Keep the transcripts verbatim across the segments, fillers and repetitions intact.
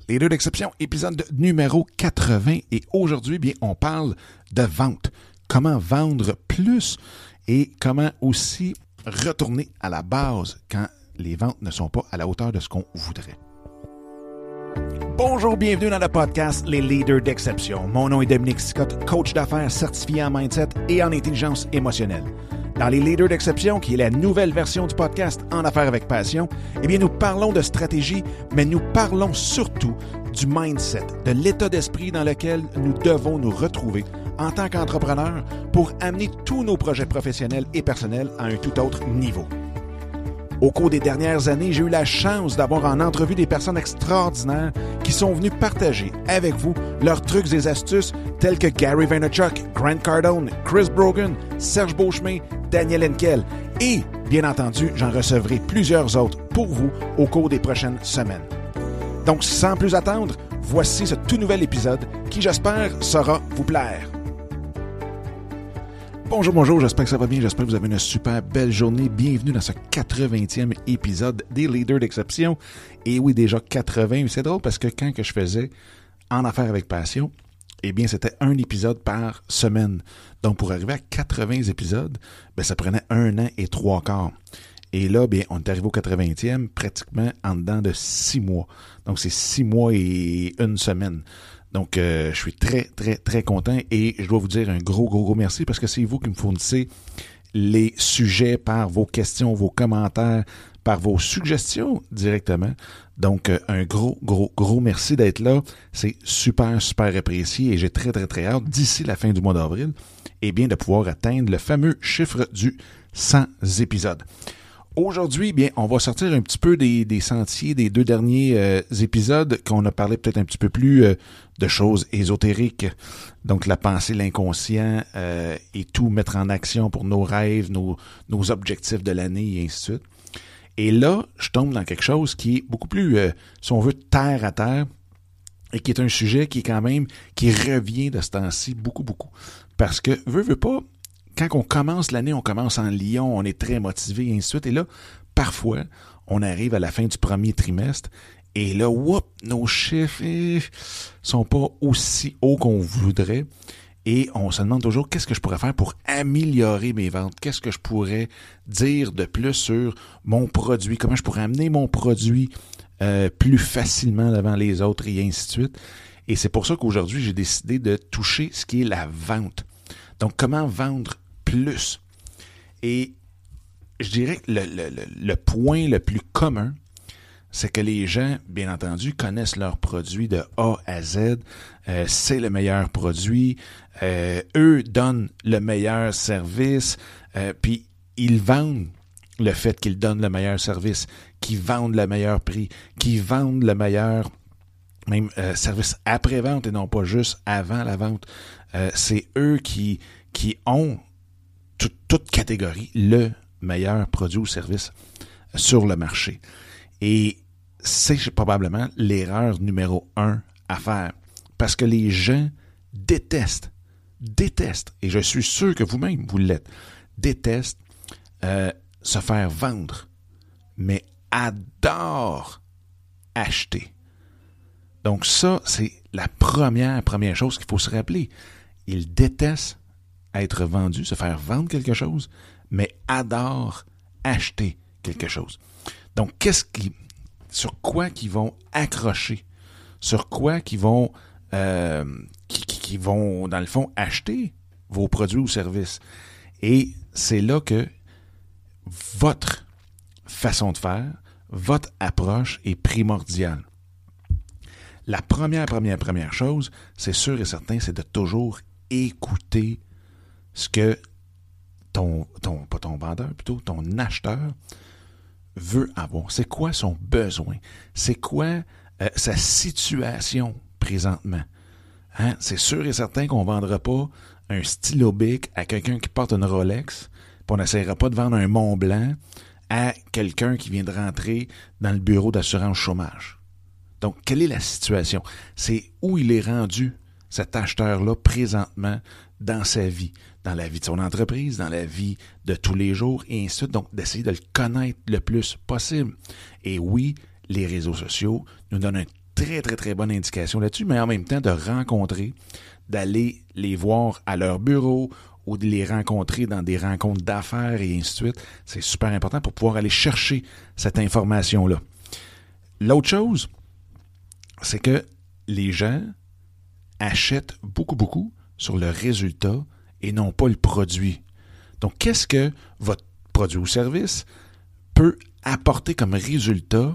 Les deux d'exception, épisode numéro quatre-vingts. Et aujourd'hui, bien, on parle de vente. Comment vendre plus et comment aussi retourner à la base quand les ventes ne sont pas à la hauteur de ce qu'on voudrait. Bonjour, bienvenue dans le podcast Les Leaders d'exception. Mon nom est Dominique Scott, coach d'affaires certifié en mindset et en intelligence émotionnelle. Dans Les Leaders d'exception, qui est la nouvelle version du podcast En affaires avec passion, eh bien, nous parlons de stratégie, mais nous parlons surtout du mindset, de l'état d'esprit dans lequel nous devons nous retrouver en tant qu'entrepreneurs pour amener tous nos projets professionnels et personnels à un tout autre niveau. Au cours des dernières années, j'ai eu la chance d'avoir en entrevue des personnes extraordinaires qui sont venues partager avec vous leurs trucs et astuces tels que Gary Vaynerchuk, Grant Cardone, Chris Brogan, Serge Beauchemin, Daniel Henkel et, bien entendu, j'en recevrai plusieurs autres pour vous au cours des prochaines semaines. Donc, sans plus attendre, voici ce tout nouvel épisode qui, j'espère, saura vous plaire. Bonjour, bonjour, j'espère que ça va bien, j'espère que vous avez une super belle journée. Bienvenue dans ce quatre-vingtième épisode des Leaders d'exception. Et oui, déjà quatre-vingts, c'est drôle parce que quand que je faisais En affaires avec passion, eh bien, c'était un épisode par semaine. Donc, pour arriver à quatre-vingts épisodes, ben, ça prenait un an et trois quarts. Et là, bien, on est arrivé au quatre-vingtième pratiquement en dedans de six mois. Donc, c'est six mois et une semaine. Donc, euh, je suis très, très, très content et je dois vous dire un gros, gros, gros merci parce que c'est vous qui me fournissez les sujets par vos questions, vos commentaires, par vos suggestions directement. Donc, euh, un gros, gros, gros merci d'être là. C'est super, super apprécié et j'ai très, très, très hâte d'ici la fin du mois d'avril, eh bien, de pouvoir atteindre le fameux chiffre du cent épisodes. Aujourd'hui, bien, on va sortir un petit peu des, des sentiers des deux derniers euh, épisodes qu'on a parlé peut-être un petit peu plus euh, de choses ésotériques. Donc, la pensée, l'inconscient euh, et tout mettre en action pour nos rêves, nos, nos objectifs de l'année et ainsi de suite. Et là, je tombe dans quelque chose qui est beaucoup plus, euh, si on veut, terre à terre et qui est un sujet qui est quand même, qui revient de ce temps-ci beaucoup, beaucoup. Parce que, veut, veut pas, quand on commence l'année, on commence en lion, on est très motivé et ainsi de suite. Et là, parfois, on arrive à la fin du premier trimestre et là, whoop, nos chiffres eh, sont pas aussi hauts qu'on voudrait. Et on se demande toujours, qu'est-ce que je pourrais faire pour améliorer mes ventes? Qu'est-ce que je pourrais dire de plus sur mon produit? Comment je pourrais amener mon produit euh, plus facilement devant les autres et ainsi de suite? Et c'est pour ça qu'aujourd'hui, j'ai décidé de toucher ce qui est la vente. Donc, comment vendre plus? Et je dirais que le, le, le, le point le plus commun, c'est que les gens, bien entendu, connaissent leurs produits de A à Z. Euh, c'est le meilleur produit. Euh, eux donnent le meilleur service. Euh, puis, ils vendent le fait qu'ils donnent le meilleur service, qu'ils vendent le meilleur prix, qu'ils vendent le meilleur même euh, service après-vente et non pas juste avant la vente. Euh, c'est eux qui, qui ont tout, toute catégorie le meilleur produit ou service sur le marché. Et c'est probablement l'erreur numéro un à faire. Parce que les gens détestent, détestent, et je suis sûr que vous-même, vous l'êtes, détestent euh, se faire vendre, mais adorent acheter. Donc ça, c'est la première, première chose qu'il faut se rappeler. Ils détestent être vendus, se faire vendre quelque chose, mais adorent acheter quelque chose. Donc, qu'est-ce qui, sur quoi qu'ils vont accrocher? Sur quoi qu'ils vont, euh, qui, qui, qui vont, dans le fond, acheter vos produits ou services? Et c'est là que votre façon de faire, votre approche est primordiale. La première, première, première chose, c'est sûr et certain, c'est de toujours écouter ce que ton, ton, pas ton vendeur, plutôt ton acheteur veut avoir. C'est quoi son besoin? C'est quoi euh, sa situation présentement? Hein? C'est sûr et certain qu'on ne vendra pas un stylo bic à quelqu'un qui porte une Rolex, puis on n'essaiera pas de vendre un Mont Blanc à quelqu'un qui vient de rentrer dans le bureau d'assurance chômage. Donc, quelle est la situation? C'est où il est rendu, cet acheteur-là, présentement, dans sa vie, dans la vie de son entreprise, dans la vie de tous les jours, et ainsi de suite. Donc, d'essayer de le connaître le plus possible. Et oui, les réseaux sociaux nous donnent un très, très, très bonne indication là-dessus, mais en même temps, de rencontrer, d'aller les voir à leur bureau ou de les rencontrer dans des rencontres d'affaires et ainsi de suite, c'est super important pour pouvoir aller chercher cette information-là. L'autre chose, c'est que les gens achètent beaucoup, beaucoup sur le résultat et non pas le produit. Donc, qu'est-ce que votre produit ou service peut apporter comme résultat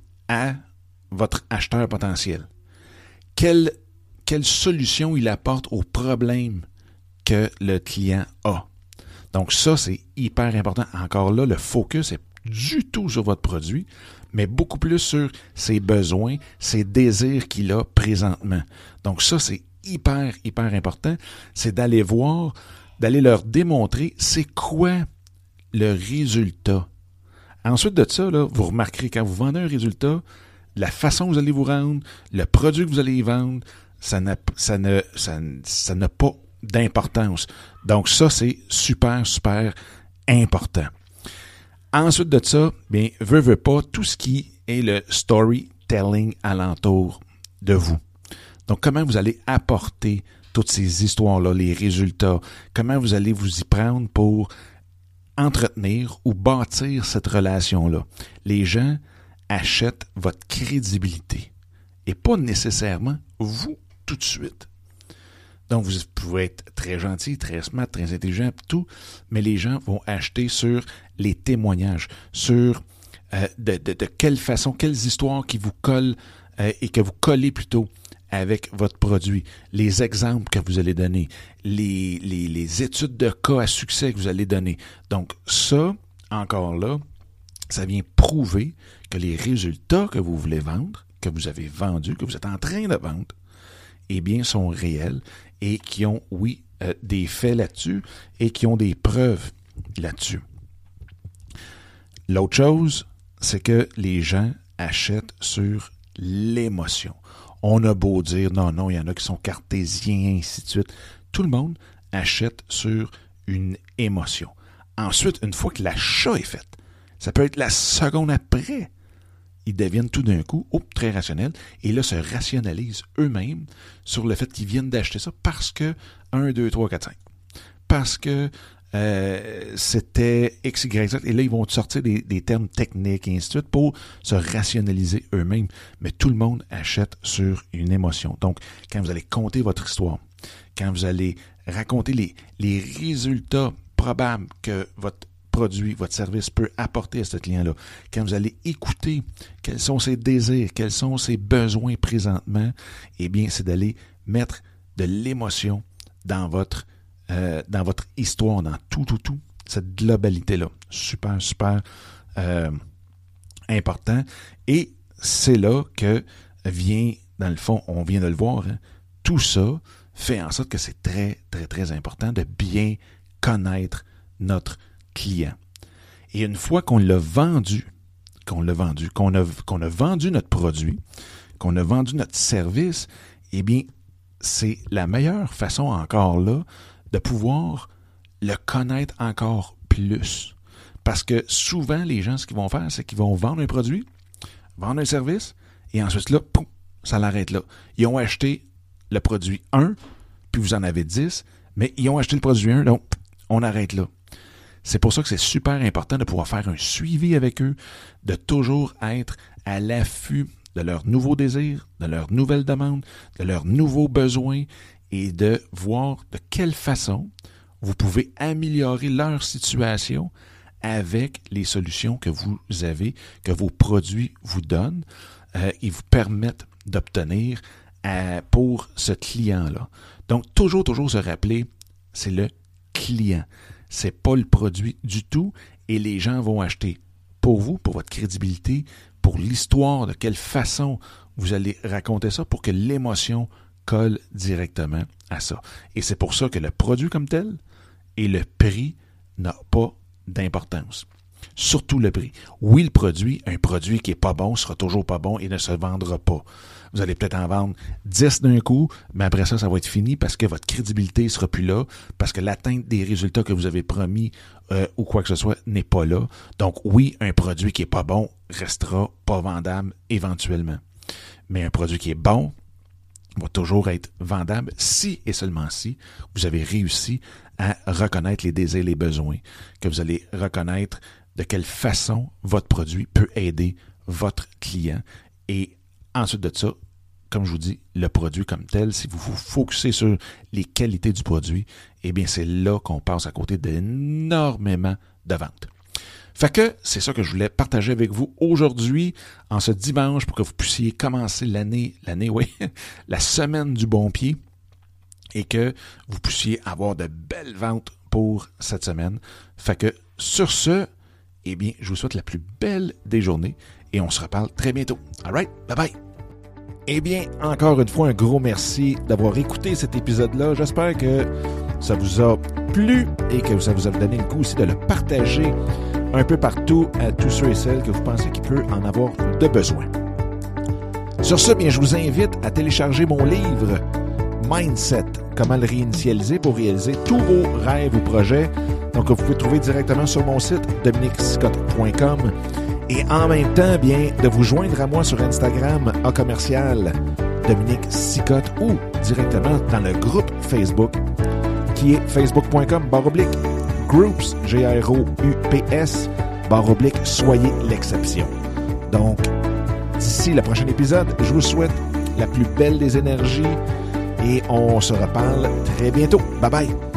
à votre acheteur potentiel? Quelle, quelle solution il apporte au problème que le client a? Donc, ça, c'est hyper important. Encore là, le focus est du tout sur votre produit, mais beaucoup plus sur ses besoins, ses désirs qu'il a présentement. Donc ça, c'est hyper, hyper important. C'est d'aller voir, d'aller leur démontrer c'est quoi le résultat. Ensuite de ça, là, vous remarquerez quand vous vendez un résultat, la façon que vous allez vous rendre, le produit que vous allez y vendre, ça n'a, ça ne, ça, ça n'a pas d'importance. Donc ça, c'est super, super important. Ensuite de ça, bien, veut, veut pas, tout ce qui est le storytelling alentour de vous. Donc, comment vous allez apporter toutes ces histoires-là, les résultats, comment vous allez vous y prendre pour entretenir ou bâtir cette relation-là. Les gens achètent votre crédibilité et pas nécessairement vous tout de suite. Donc, vous pouvez être très gentil, très smart, très intelligent, tout, mais les gens vont acheter sur les témoignages, sur euh, de, de, de quelle façon, quelles histoires qui vous collent euh, et que vous collez plutôt avec votre produit, les exemples que vous allez donner, les, les, les études de cas à succès que vous allez donner. Donc, ça, encore là, ça vient prouver que les résultats que vous voulez vendre, que vous avez vendus, que vous êtes en train de vendre, eh bien, sont réels et qui ont, oui, euh, des faits là-dessus et qui ont des preuves là-dessus. L'autre chose, c'est que les gens achètent sur l'émotion. On a beau dire, non, non, il y en a qui sont cartésiens, ainsi de suite. Tout le monde achète sur une émotion. Ensuite, une fois que l'achat est fait, ça peut être la seconde après, ils deviennent tout d'un coup oh, très rationnels et là se rationalisent eux-mêmes sur le fait qu'ils viennent d'acheter ça parce que un, deux, trois, quatre, cinq. Parce que euh, c'était X, Y, Z. Et là, ils vont sortir des, des termes techniques et ainsi de suite pour se rationaliser eux-mêmes. Mais tout le monde achète sur une émotion. Donc, quand vous allez compter votre histoire, quand vous allez raconter les, les résultats probables que votre produit, votre service peut apporter à ce client-là, quand vous allez écouter quels sont ses désirs, quels sont ses besoins présentement, eh bien, c'est d'aller mettre de l'émotion dans votre, euh, dans votre histoire, dans tout, tout, tout, cette globalité-là. Super, super euh, important. Et c'est là que vient, dans le fond, on vient de le voir, hein, tout ça fait en sorte que c'est très, très, très important de bien connaître notre client. Et une fois qu'on l'a vendu, qu'on l'a vendu, qu'on a, qu'on a vendu notre produit, qu'on a vendu notre service, eh bien, c'est la meilleure façon encore là de pouvoir le connaître encore plus. Parce que souvent, les gens, ce qu'ils vont faire, c'est qu'ils vont vendre un produit, vendre un service, et ensuite là, poum, ça l'arrête là. Ils ont acheté le produit un, puis vous en avez dix, mais ils ont acheté le produit un, donc on arrête là. C'est pour ça que c'est super important de pouvoir faire un suivi avec eux, de toujours être à l'affût de leurs nouveaux désirs, de leurs nouvelles demandes, de leurs nouveaux besoins et de voir de quelle façon vous pouvez améliorer leur situation avec les solutions que vous avez, que vos produits vous donnent euh, et vous permettent d'obtenir euh, pour ce client-là. Donc, toujours, toujours se rappeler, c'est le client. C'est pas le produit du tout et les gens vont acheter pour vous, pour votre crédibilité, pour l'histoire, de quelle façon vous allez raconter ça pour que l'émotion colle directement à ça. Et c'est pour ça que le produit comme tel et le prix n'a pas d'importance. Surtout le prix. Oui, le produit, un produit qui est pas bon sera toujours pas bon et ne se vendra pas. Vous allez peut-être en vendre dix d'un coup, mais après ça, ça va être fini parce que votre crédibilité ne sera plus là, parce que l'atteinte des résultats que vous avez promis euh, ou quoi que ce soit n'est pas là. Donc oui, un produit qui est pas bon restera pas vendable éventuellement. Mais un produit qui est bon va toujours être vendable si et seulement si vous avez réussi à reconnaître les désirs, les besoins, que vous allez reconnaître de quelle façon votre produit peut aider votre client. Et ensuite de ça, comme je vous dis, le produit comme tel, si vous vous focussez sur les qualités du produit, eh bien, c'est là qu'on passe à côté d'énormément de ventes. Fait que c'est ça que je voulais partager avec vous aujourd'hui, en ce dimanche, pour que vous puissiez commencer l'année, l'année, oui, la semaine du bon pied, et que vous puissiez avoir de belles ventes pour cette semaine. Fait que sur ce, eh bien, je vous souhaite la plus belle des journées, et on se reparle très bientôt. All right, bye bye! Eh bien, encore une fois, un gros merci d'avoir écouté cet épisode-là. J'espère que ça vous a plu et que ça vous a donné le coup aussi de le partager un peu partout à tous ceux et celles que vous pensez qu'il peut en avoir de besoin. Sur ce, bien, je vous invite à télécharger mon livre Mindset, comment le réinitialiser pour réaliser tous vos rêves ou projets. Donc, vous pouvez le trouver directement sur mon site dominique sicotte point com. Et en même temps, bien, de vous joindre à moi sur Instagram, à commercial Dominique Sicotte, ou directement dans le groupe Facebook, qui est facebook point com barre oblique groups, G R O U P S, barre oblique, soyez l'exception. Donc, d'ici le prochain épisode, je vous souhaite la plus belle des énergies et on se reparle très bientôt. Bye bye!